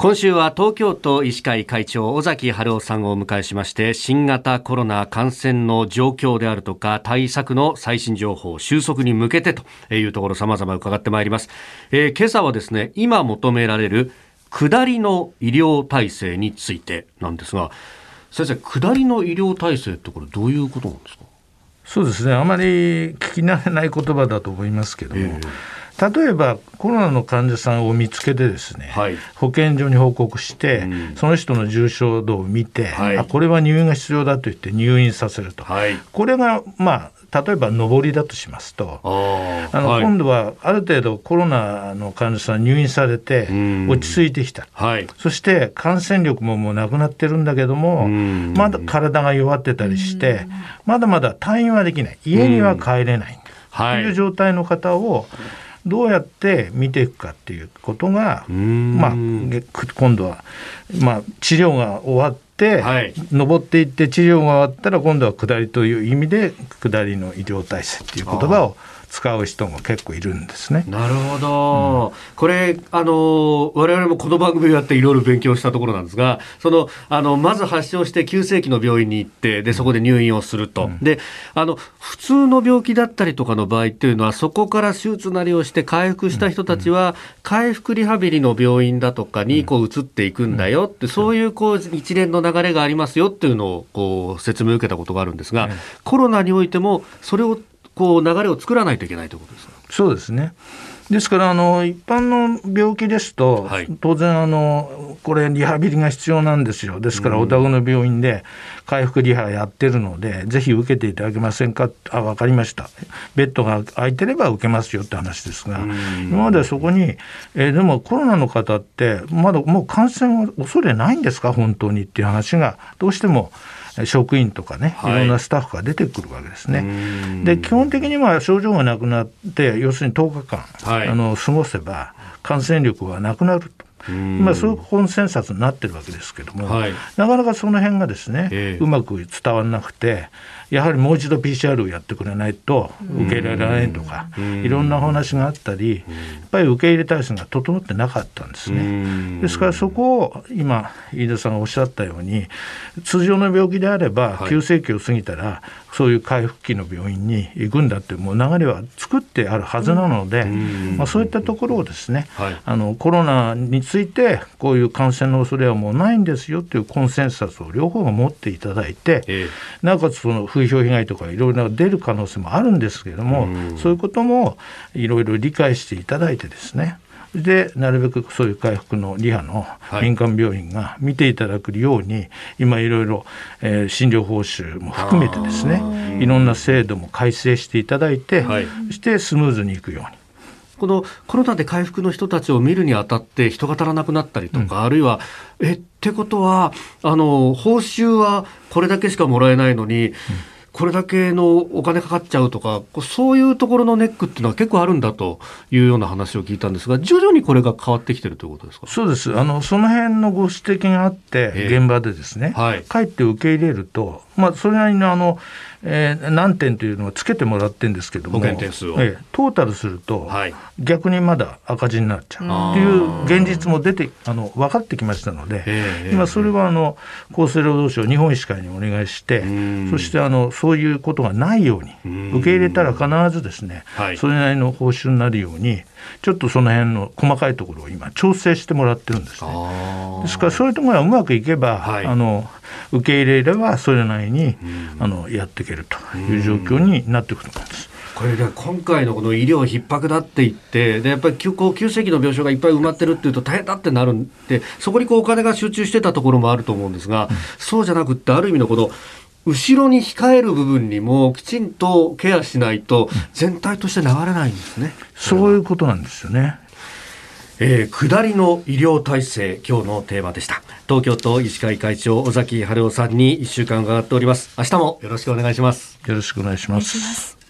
今週は東京都医師会会長尾崎治夫さんをお迎えしまして、新型コロナ感染の状況であるとか対策の最新情報、収束に向けてというところ様々伺ってまいります。今朝はですね、今求められる下りの医療体制についてなんですが、先生、下りの医療体制ってこれどういうことなんですか？ そうですね、あまり聞き慣れない言葉だと思いますけども、例えばコロナの患者さんを見つけてですね、保健所に報告して、その人の重症度を見て、これは入院が必要だと言って入院させると、これが例えば上りだとしますと、今度はある程度コロナの患者さん入院されて落ち着いてきた、そして感染力ももうなくなってるんだけども、まだ体が弱ってたりして、まだまだ退院はできない、家には帰れないという状態の方をどうやって見ていくかっていうことが、今度は、治療が終わって、上っていって治療が終わったら今度は下りという意味で下りの医療体制っていう言葉を使う人も結構いるんですね。 なるほど、これ我々もこの番組をやっていろいろ勉強したところなんですが、まず発症して急性期の病院に行って、でそこで入院をすると、で普通の病気だったりとかの場合っていうのは、そこから手術なりをして回復した人たちは、回復リハビリの病院だとかに移っていくんだよって、そういう一連の流れがありますよっていうのを説明を受けたことがあるんですが、コロナにおいてもそれを流れを作らないといけないということですか？ そうですね。ですから一般の病気ですと、当然これリハビリが必要なんですよ。ですからお宅の病院で回復リハやってるので、ぜひ受けていただけませんか。分かりました、ベッドが空いてれば受けますよって話ですが、今までそこに、でもコロナの方ってまだもう感染は恐れないんですか本当にっていう話がどうしても職員とかね、いろんなスタッフが出てくるわけですね。で基本的には症状がなくなって、要するに10日間、過ごせば感染力はなくなると、そういうコンセンサスになってるわけですけども、なかなかその辺がですね、うまく伝わらなくて、やはりもう一度 PCR をやってくれないと受け入れられないとか、いろんなお話があったり、やっぱり受け入れ体制が整ってなかったんですね。ですからそこを今飯田さんがおっしゃったように、通常の病気であれば急性期を過ぎたらそういう回復期の病院に行くんだってもう流れは作ってあるはずなので、そういったところをですね、コロナについてこういう感染の恐れはもうないんですよというコンセンサスを両方が持っていただいて、なおかつその風評被害とかいろいろ出る可能性もあるんですけれども、そういうこともいろいろ理解していただいてですね、でなるべくそういう回復のリハの民間病院が見ていただくように、今いろいろ診療報酬も含めてですね、いろんな制度も改正していただいて、そしてスムーズにいくように。 このコロナで回復の人たちを見るにあたって人が足らなくなったりとか、あるいはってことは報酬はこれだけしかもらえないのに、これだけのお金かかっちゃうとか、そういうところのネックっていうのは結構あるんだというような話を聞いたんですが、徐々にこれが変わってきてるということですか？ そうです。その辺のご指摘があって現場でですね、かえって受け入れると、それなりの何点というのをつけてもらってるんですけども、 保険点数を、 トータルすると、逆にまだ赤字になっちゃうという現実も分かってきましたので、今それは厚生労働省日本医師会にお願いして、そしてそういうことがないように、受け入れたら必ずですね、それなりの報酬になるように、ちょっとその辺の細かいところを今調整してもらってるんですね。ですからそういうところがうまくいけば、受け入れればそれなりにやっていけるという状況になっていくと思います。 これで今回のこの医療逼迫だって言って、でやっぱり急性期の病床がいっぱい埋まってるっていうと大変だってなるんで、そこにお金が集中してたところもあると思うんですが、そうじゃなくって、ある意味のこの後ろに控える部分にもきちんとケアしないと全体として流れないんですね。 そういうことなんですよね。 下りの医療体制、今日のテーマでした。東京都医師会会長尾崎治夫さんに1週間伺っております。明日もよろしくお願いします。 よろしくお願いします。